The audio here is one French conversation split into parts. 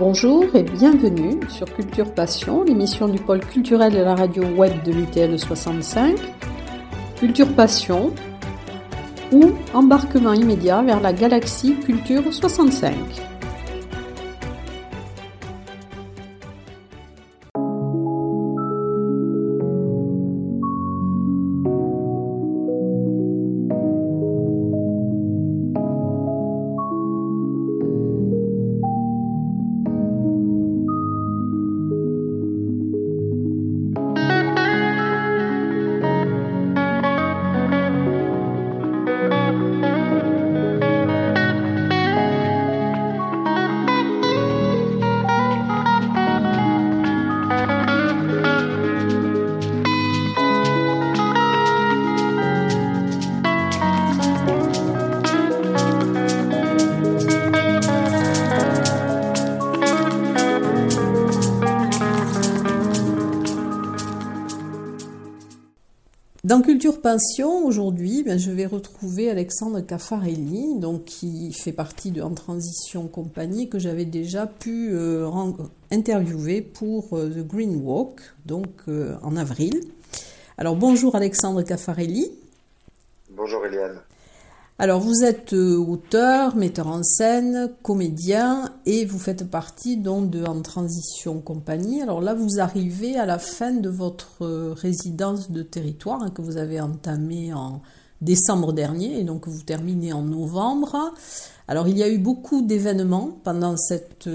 Bonjour et bienvenue sur Culture Passion, l'émission du pôle culturel de la radio web de l'UTL 65. Culture Passion ou embarquement immédiat vers la galaxie Culture 65. Dans Culture Passion, aujourd'hui, je vais retrouver Alexandre Caffarelli, qui fait partie de En Transition Compagnie, que j'avais déjà pu interviewer pour The Green Walk, en avril. Alors bonjour Alexandre Caffarelli. Bonjour Eliane. Alors vous êtes auteur, metteur en scène, comédien et vous faites partie de En Transition Compagnie. Alors là vous arrivez à la fin de votre résidence de territoire que vous avez entamée en décembre dernier et donc vous terminez en novembre. Alors il y a eu beaucoup d'événements pendant cette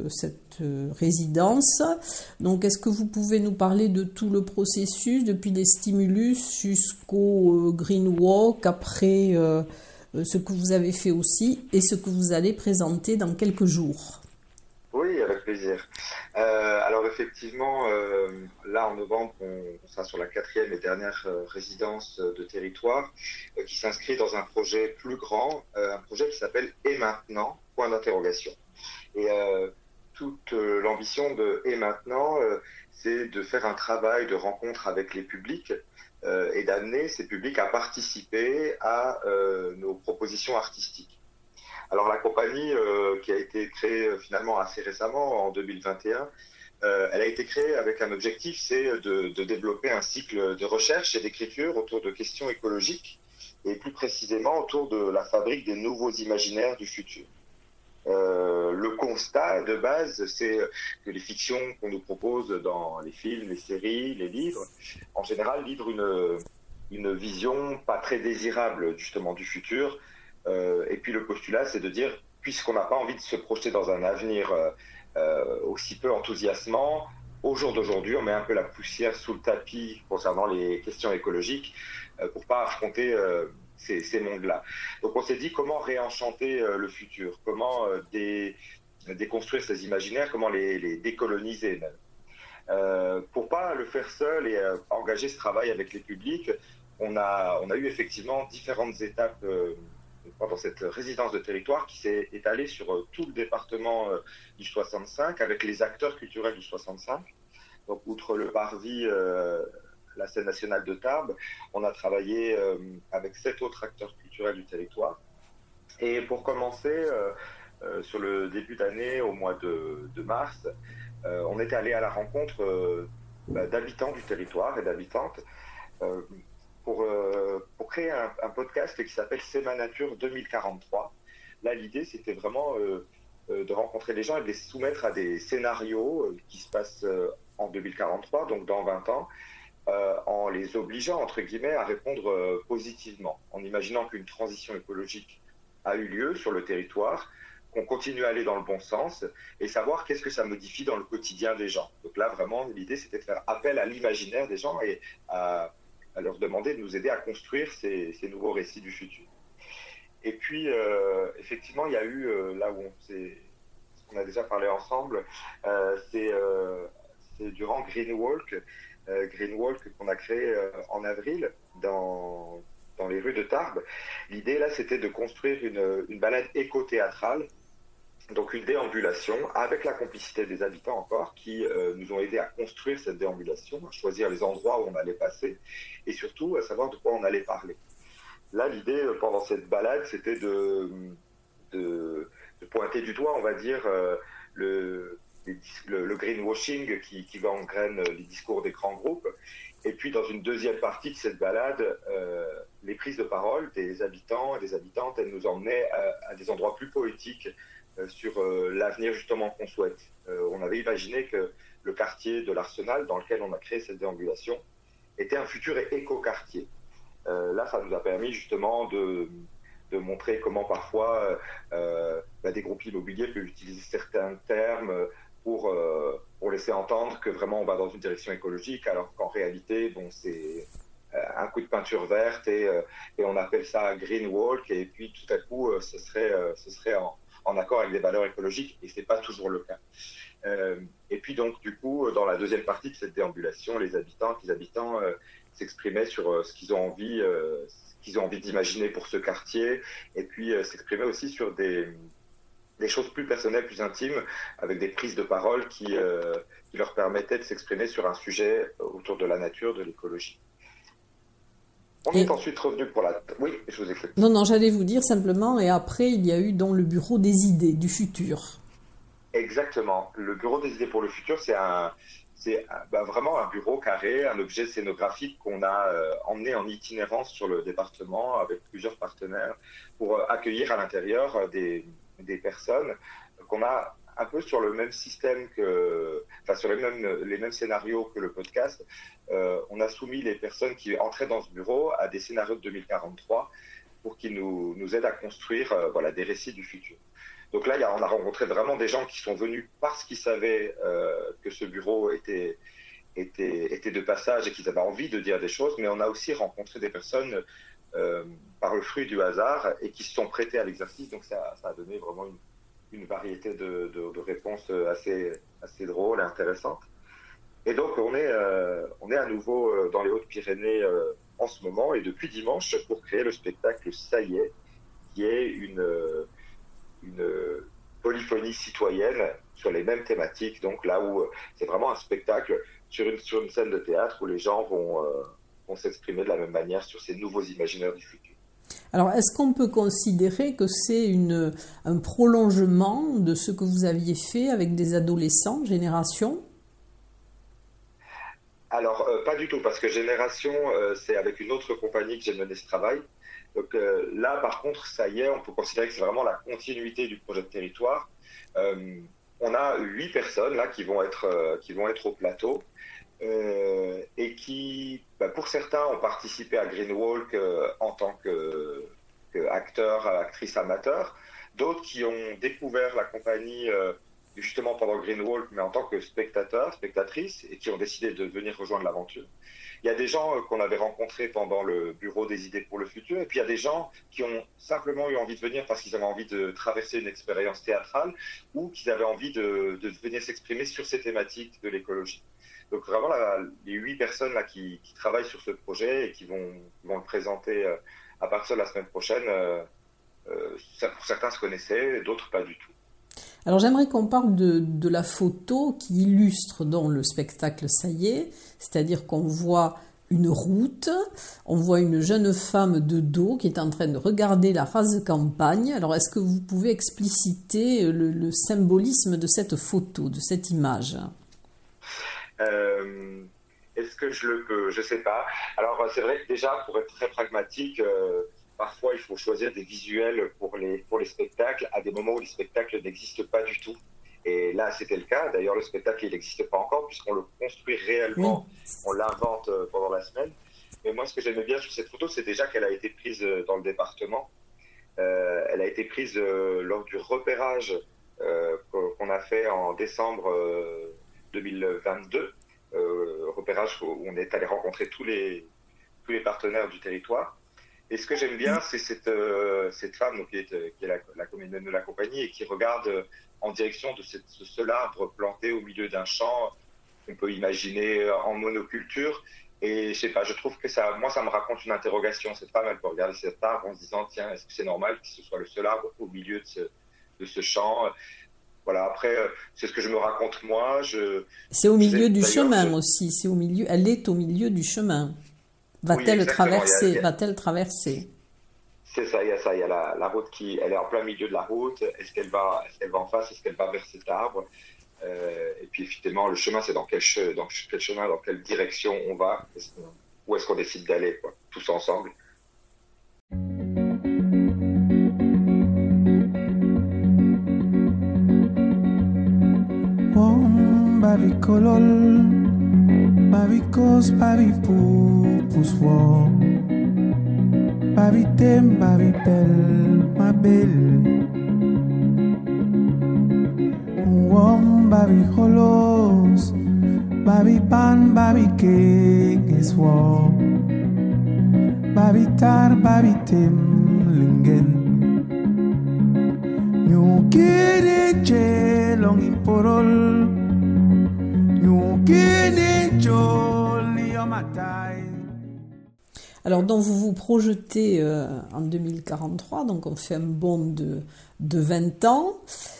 résidence. Donc est-ce que vous pouvez nous parler de tout le processus depuis les stimulus jusqu'au Green Walk, après ce que vous avez fait aussi et ce que vous allez présenter dans quelques jours? Oui, avec plaisir. Alors effectivement, là en novembre, on sera sur la 4e et dernière résidence de territoire qui s'inscrit dans un projet plus grand, un projet qui s'appelle Et maintenant, point d'interrogation. Et toute l'ambition de Et maintenant, c'est de faire un travail de rencontre avec les publics et d'amener ces publics à participer à nos propositions artistiques. Alors la compagnie qui a été créée finalement assez récemment, en 2021, elle a été créée avec un objectif, c'est de développer un cycle de recherche et d'écriture autour de questions écologiques et plus précisément autour de la fabrique des nouveaux imaginaires du futur. Le constat de base, c'est que les fictions qu'on nous propose dans les films, les séries, les livres, en général, livrent une vision pas très désirable justement du futur. Et puis le postulat, c'est de dire, puisqu'on n'a pas envie de se projeter dans un avenir aussi peu enthousiasmant, au jour d'aujourd'hui, on met un peu la poussière sous le tapis concernant les questions écologiques pour pas affronter ces mondes-là. Donc on s'est dit comment réenchanter le futur, comment déconstruire ces imaginaires, comment les décoloniser même. Pour pas le faire seul et engager ce travail avec les publics, on a eu effectivement différentes étapes pendant cette résidence de territoire qui s'est étalée sur tout le département du 65 avec les acteurs culturels du 65. Donc outre le Parvis, la scène nationale de Tarbes, on a travaillé avec 7 autres acteurs culturels du territoire. Et pour commencer, sur le début d'année, au mois de mars, on était allé à la rencontre d'habitants du territoire et d'habitantes pour créer un podcast qui s'appelle C'est ma nature 2043. Là, l'idée, c'était vraiment de rencontrer les gens et de les soumettre à des scénarios qui se passent en 2043, donc dans 20 ans, en les obligeant, entre guillemets, à répondre positivement, en imaginant qu'une transition écologique a eu lieu sur le territoire, qu'on continue à aller dans le bon sens et savoir qu'est-ce que ça modifie dans le quotidien des gens. Donc là, vraiment, l'idée, c'était de faire appel à l'imaginaire des gens et à leur demander de nous aider à construire ces nouveaux récits du futur. Et puis, effectivement, il y a eu, là où on a déjà parlé ensemble, c'est durant Green Walk qu'on a créé en avril dans les rues de Tarbes. L'idée, là, c'était de construire une balade éco-théâtrale, donc une déambulation, avec la complicité des habitants encore, qui nous ont aidés à construire cette déambulation, à choisir les endroits où on allait passer, et surtout à savoir de quoi on allait parler. Là, l'idée, pendant cette balade, c'était de pointer du doigt, on va dire, le greenwashing qui gangrène les discours des grands groupes. Et puis, dans une deuxième partie de cette balade, les prises de parole des habitants et des habitantes, elles nous emmenaient à des endroits plus poétiques sur l'avenir justement qu'on souhaite. On avait imaginé que le quartier de l'Arsenal, dans lequel on a créé cette déambulation, était un futur éco-quartier. Là, ça nous a permis justement de montrer comment parfois des groupes immobiliers peuvent utiliser certains termes pour laisser entendre que vraiment on va dans une direction écologique, alors qu'en réalité, bon, c'est un coup de peinture verte et on appelle ça green walk, et puis tout à coup, ce serait en accord avec des valeurs écologiques, et c'est pas toujours le cas. Et puis donc, du coup, dans la deuxième partie de cette déambulation, les habitants s'exprimaient sur ce qu'ils ont envie d'imaginer pour ce quartier, et puis s'exprimaient aussi sur des choses plus personnelles, plus intimes, avec des prises de parole qui leur permettaient de s'exprimer sur un sujet autour de la nature, de l'écologie. On est ensuite revenu pour la... Oui, je vous écoute. Non, j'allais vous dire simplement, et après, il y a eu donc le bureau des idées du futur. Exactement. Le bureau des idées pour le futur, c'est vraiment un bureau carré, un objet scénographique qu'on a emmené en itinérance sur le département avec plusieurs partenaires pour accueillir à l'intérieur des personnes qu'on a un peu sur le même système sur les mêmes scénarios que le podcast. On a soumis les personnes qui entraient dans ce bureau à des scénarios de 2043 pour qu'ils nous aident à construire des récits du futur. Donc là, on a rencontré vraiment des gens qui sont venus parce qu'ils savaient que ce bureau était de passage et qu'ils avaient envie de dire des choses, mais on a aussi rencontré des personnes par le fruit du hasard et qui se sont prêtées à l'exercice. Donc ça a donné vraiment une variété de réponses assez drôles et intéressantes. Et donc on est à nouveau dans les Hautes-Pyrénées en ce moment, et depuis dimanche, pour créer le spectacle Ça y est, qui est une polyphonie citoyenne sur les mêmes thématiques, donc là où c'est vraiment un spectacle sur une scène de théâtre où les gens vont s'exprimer de la même manière sur ces nouveaux imaginaires du futur. Alors, est-ce qu'on peut considérer que c'est un prolongement de ce que vous aviez fait avec des adolescents, Génération ? Alors, pas du tout, parce que Génération, c'est avec une autre compagnie que j'ai mené ce travail. Donc là, par contre, ça y est, on peut considérer que c'est vraiment la continuité du projet de territoire. On a 8 personnes là qui vont être au plateau et qui, pour certains, ont participé à Green Walk en tant qu'acteurs, actrices amateurs. D'autres qui ont découvert la compagnie justement pendant Green Walk, mais en tant que spectateurs, spectatrices, et qui ont décidé de venir rejoindre l'aventure. Il y a des gens qu'on avait rencontrés pendant le bureau des idées pour le futur, et puis il y a des gens qui ont simplement eu envie de venir parce qu'ils avaient envie de traverser une expérience théâtrale, ou qu'ils avaient envie de venir s'exprimer sur ces thématiques de l'écologie. Donc vraiment, les 8 personnes là qui travaillent sur ce projet et qui vont le présenter à partir de la semaine prochaine, pour certains se connaissaient, d'autres pas du tout. Alors j'aimerais qu'on parle de la photo qui illustre donc le spectacle Ça y est, c'est-à-dire qu'on voit une route, on voit une jeune femme de dos qui est en train de regarder la rase campagne. Alors est-ce que vous pouvez expliciter le symbolisme de cette photo, de cette image ? Est-ce que je le peux ? Je sais pas. Alors c'est vrai que déjà, pour être très pragmatique, parfois, il faut choisir des visuels pour les spectacles à des moments où les spectacles n'existent pas du tout. Et là, c'était le cas. D'ailleurs, le spectacle, il n'existe pas encore puisqu'on le construit réellement. Oui. On l'invente pendant la semaine. Mais moi, ce que j'aimais bien sur cette photo, c'est déjà qu'elle a été prise dans le département. Elle a été prise lors du repérage qu'on a fait en décembre 2022. Repérage où on est allé rencontrer tous les partenaires du territoire. Et ce que j'aime bien, c'est cette femme donc, qui est la comédienne de la compagnie et qui regarde en direction de ce seul arbre planté au milieu d'un champ qu'on peut imaginer en monoculture. Et je sais pas, je trouve que ça me raconte une interrogation. Cette femme, elle peut regarder cet arbre en se disant, tiens, est-ce que c'est normal que ce soit le seul arbre au milieu de ce champ ? Voilà, après, c'est ce que je me raconte moi. C'est au milieu du chemin aussi. Elle est au milieu du chemin. Va-t-elle traverser ? C'est ça, il y a la route elle est en plein milieu de la route. Est-ce qu'elle va en face ? Est-ce qu'elle va vers cet arbre ? Et puis effectivement, le chemin, c'est dans quel chemin, dans quelle direction on va, où est-ce qu'on décide d'aller, quoi, tous ensemble. Babi kolol, babi kos, babi pupus wo, babi tem, babi belle, ma belle. Babi holos, babi pan, babi kings wo, babi tar, babi tem, lingen. New kid long in porol. Alors, donc, vous vous projetez en 2043, donc on fait un bond de 20 ans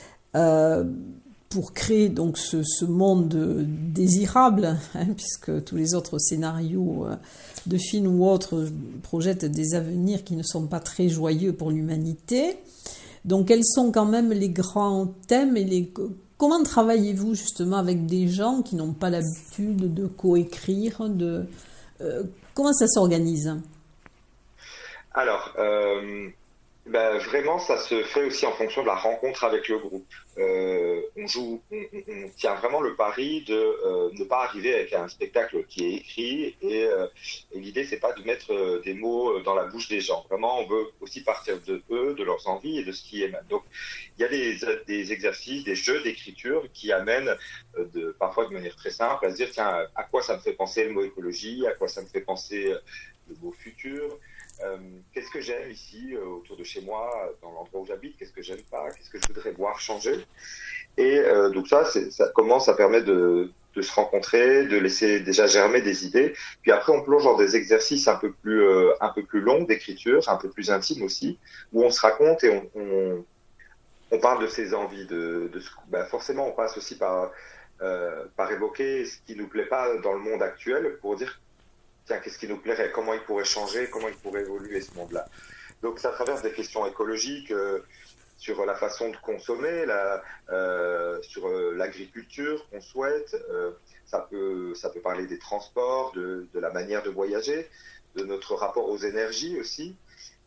pour créer donc ce monde désirable, puisque tous les autres scénarios de films ou autres projettent des avenirs qui ne sont pas très joyeux pour l'humanité. Donc, quels sont quand même les grands thèmes et comment travaillez-vous justement avec des gens qui n'ont pas l'habitude de coécrire, comment ça s'organise? Alors, vraiment, ça se fait aussi en fonction de la rencontre avec le groupe. On tient vraiment le pari de ne pas arriver avec un spectacle qui est écrit et l'idée, c'est pas de mettre des mots dans la bouche des gens. Vraiment, on veut aussi partir de eux, de leurs envies et de ce qui émane. Donc, il y a des exercices, des jeux d'écriture qui amènent parfois de manière très simple à se dire, tiens, à quoi ça me fait penser le mot écologie, à quoi ça me fait penser le mot futur. Qu'est-ce que j'aime ici autour de chez moi, dans l'endroit où j'habite, qu'est-ce que j'aime pas, qu'est-ce que je voudrais voir changer. Et donc ça permet de se rencontrer, de laisser déjà germer des idées. Puis après, on plonge dans des exercices un peu plus longs d'écriture, un peu plus intimes aussi, où on se raconte et on parle de ses envies. Forcément, on passe aussi par évoquer ce qui nous plaît pas dans le monde actuel pour dire tiens, qu'est-ce qui nous plairait, comment il pourrait changer, comment il pourrait évoluer ce monde-là. Donc ça traverse des questions écologiques sur la façon de consommer, sur l'agriculture qu'on souhaite. Ça peut parler des transports, de la manière de voyager, de notre rapport aux énergies aussi,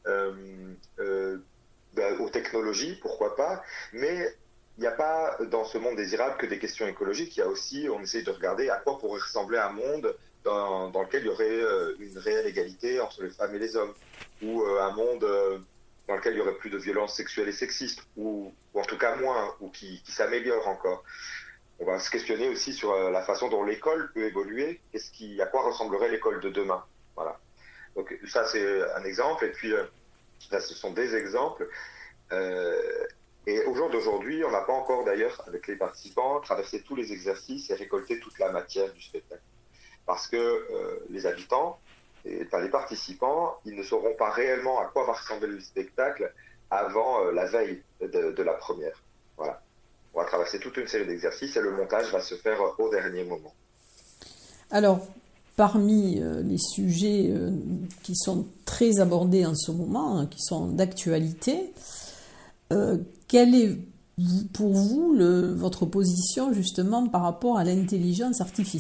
aux technologies, pourquoi pas. Mais il n'y a pas dans ce monde désirable que des questions écologiques. Il y a aussi, on essaye de regarder à quoi pourrait ressembler un monde dans lequel il y aurait une réelle égalité entre les femmes et les hommes, ou un monde dans lequel il y aurait plus de violences sexuelles et sexistes, ou en tout cas moins, ou qui s'améliore encore. On va se questionner aussi sur la façon dont l'école peut évoluer, à quoi ressemblerait l'école de demain. Voilà. Donc ça c'est un exemple, et puis là ce sont des exemples. Et au jour d'aujourd'hui, on n'a pas encore d'ailleurs, avec les participants, traversé tous les exercices et récolté toute la matière du spectacle. Parce que les habitants, les participants, ils ne sauront pas réellement à quoi va ressembler le spectacle avant la veille de la première. Voilà. On va traverser toute une série d'exercices et le montage va se faire au dernier moment. Alors, parmi les sujets qui sont très abordés en ce moment, qui sont d'actualité, quelle est pour vous votre position justement par rapport à l'intelligence artificielle ?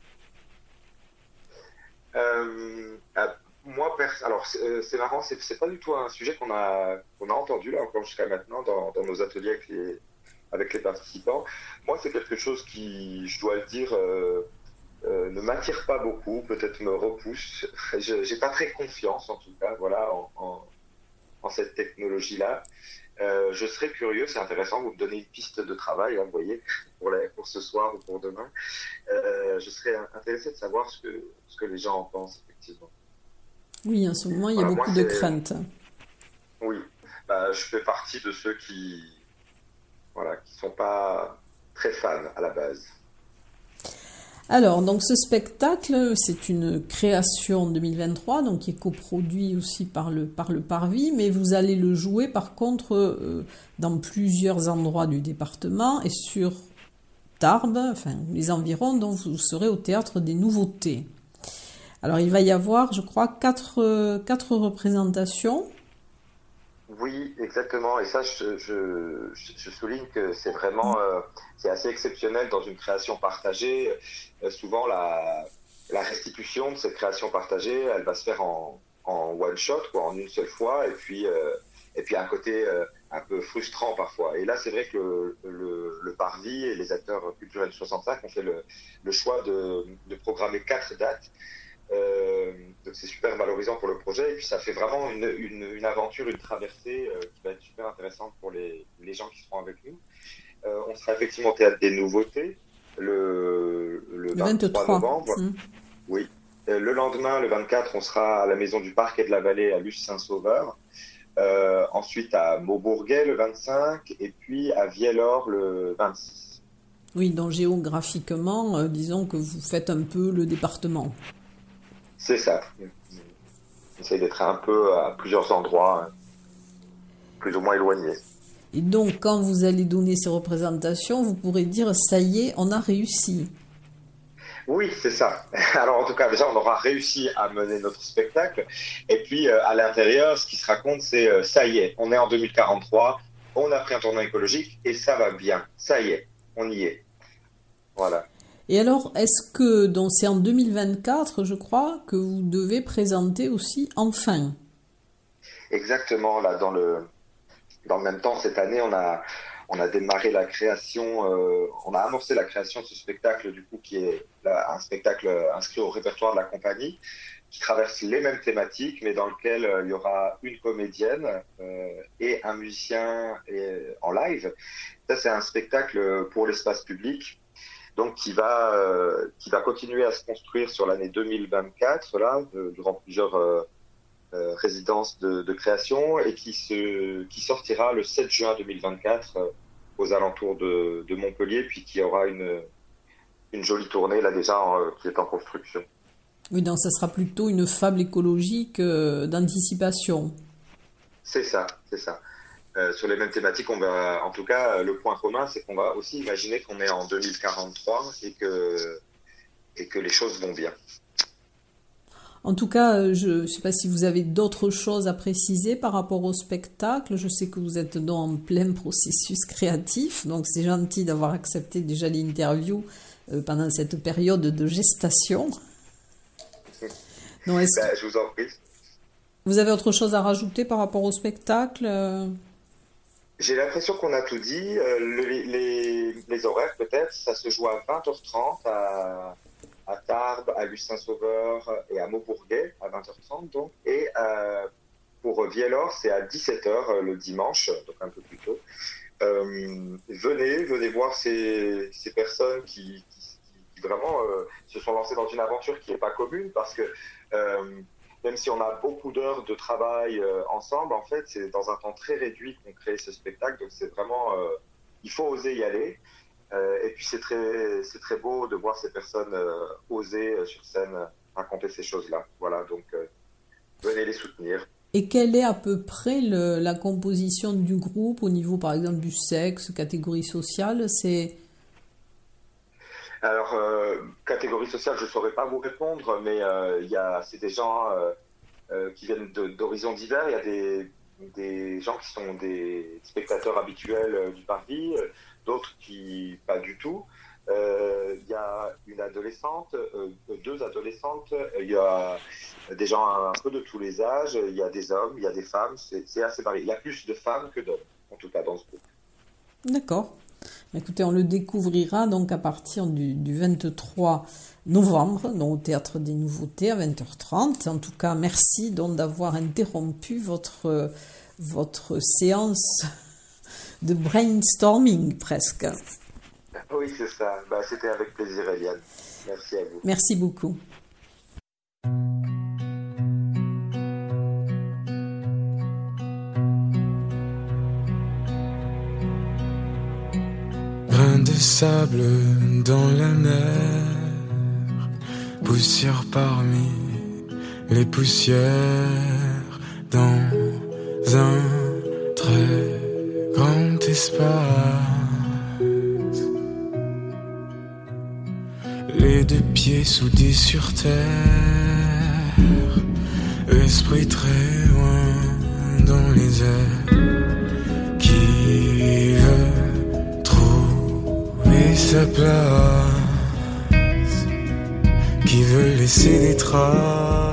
Moi, alors c'est marrant, c'est pas du tout un sujet qu'on a entendu là encore jusqu'à maintenant dans nos ateliers avec les participants. Moi, c'est quelque chose qui, je dois le dire, ne m'attire pas beaucoup, peut-être me repousse. J'ai pas très confiance en tout cas, voilà, en cette technologie-là. Je serais curieux, c'est intéressant, vous me donnez une piste de travail, hein, vous voyez, pour ce soir ou pour demain. Je serais intéressé de savoir ce que les gens en pensent, effectivement. Oui, en ce moment, il y a beaucoup de craintes. Oui, je fais partie de ceux qui sont pas très fans à la base. Alors, donc ce spectacle, c'est une création 2023, donc qui est coproduit aussi par le Parvis, mais vous allez le jouer par contre dans plusieurs endroits du département et sur Tarbes, enfin les environs, dont vous serez au Théâtre des Nouveautés. Alors il va y avoir, je crois, quatre représentations. Oui, exactement. Et ça, je souligne que c'est vraiment, c'est assez exceptionnel dans une création partagée. Souvent, la restitution de cette création partagée, elle va se faire en one shot, quoi, en une seule fois, et puis un côté un peu frustrant parfois. Et là, c'est vrai que le Parvis et les acteurs culturels 65 ont fait le choix de programmer 4 dates. Donc c'est super valorisant pour le projet, et puis ça fait vraiment une aventure, une traversée qui va être super intéressante pour les gens qui seront avec nous. On sera effectivement au Théâtre des Nouveautés le 23 novembre. Oui. Le lendemain, le 24, on sera à la Maison du Parc et de la Vallée à Luce-Saint-Sauveur. Ensuite à Maubourguet le 25, et puis à Viellor le 26. Oui, donc géographiquement, disons que vous faites un peu le département. C'est ça. On essaye d'être un peu à plusieurs endroits, plus ou moins éloignés. Et donc, quand vous allez donner ces représentations, vous pourrez dire, ça y est, on a réussi. Oui, c'est ça. Alors, en tout cas, déjà, on aura réussi à mener notre spectacle. Et puis, à l'intérieur, ce qui se raconte, c'est, ça y est, on est en 2043, on a pris un tournant écologique et ça va bien. Ça y est, on y est. Voilà. Et alors, est-ce que, donc c'est en 2024, je crois, que vous devez présenter aussi Enfin? Exactement, là, dans le même temps, cette année, on a démarré la création, on a amorcé la création de ce spectacle, du coup, qui est un spectacle inscrit au répertoire de la compagnie, qui traverse les mêmes thématiques, mais dans lequel il y aura une comédienne et un musicien en live. Ça, c'est un spectacle pour l'espace public, donc qui va continuer à se construire sur l'année 2024, là, durant plusieurs résidences de création, et qui sortira le 7 juin 2024 aux alentours de Montpellier, puis qui aura une jolie tournée là déjà qui est en construction. Oui, donc ça sera plutôt une fable écologique d'anticipation. C'est ça. Sur les mêmes thématiques, on va, en tout cas, le point commun, c'est qu'on va aussi imaginer qu'on est en 2043 et que les choses vont bien. En tout cas, je ne sais pas si vous avez d'autres choses à préciser par rapport au spectacle. Je sais que vous êtes dans en plein processus créatif, donc c'est gentil d'avoir accepté déjà l'interview pendant cette période de gestation. Donc, je vous en prie. Vous avez autre chose à rajouter par rapport au spectacle? J'ai l'impression qu'on a tout dit. Les horaires, peut-être, ça se joue à 20h30 à Tarbes, à Luce-Saint-Sauveur et à Maubourguet à 20h30 donc, et pour Viellor c'est à 17h le dimanche, donc un peu plus tôt. Venez voir ces personnes qui vraiment se sont lancées dans une aventure qui n'est pas commune, parce que même si on a beaucoup d'heures de travail ensemble, en fait c'est dans un temps très réduit qu'on crée ce spectacle, donc c'est vraiment il faut oser y aller. Et puis c'est très beau de voir ces personnes oser sur scène raconter ces choses-là. Voilà, donc venez les soutenir. Et quelle est à peu près la composition du groupe au niveau, par exemple, du sexe, catégorie sociale? Alors, catégorie sociale, je ne saurais pas vous répondre, mais c'est des gens qui viennent d'horizons divers. Il y a des gens qui sont des spectateurs habituels du Parvis, d'autres qui pas du tout. Il y a une adolescente, 2 adolescentes, il y a des gens un peu de tous les âges, il y a des hommes, il y a des femmes, c'est assez varié. Il y a plus de femmes que d'hommes, en tout cas dans ce groupe. D'accord. Écoutez, on le découvrira donc à partir du 23 novembre, donc au Théâtre des Nouveautés à 20h30. En tout cas, merci donc d'avoir interrompu votre séance de brainstorming presque. Oui, c'est ça. C'était avec plaisir, Eliane. Merci à vous. Merci beaucoup. Grain de sable dans la mer, poussière parmi les poussières, dans un très grand espace. Les 2 pieds soudés sur terre, esprit très loin dans les airs, qui veut trouver sa place, qui veut laisser des traces.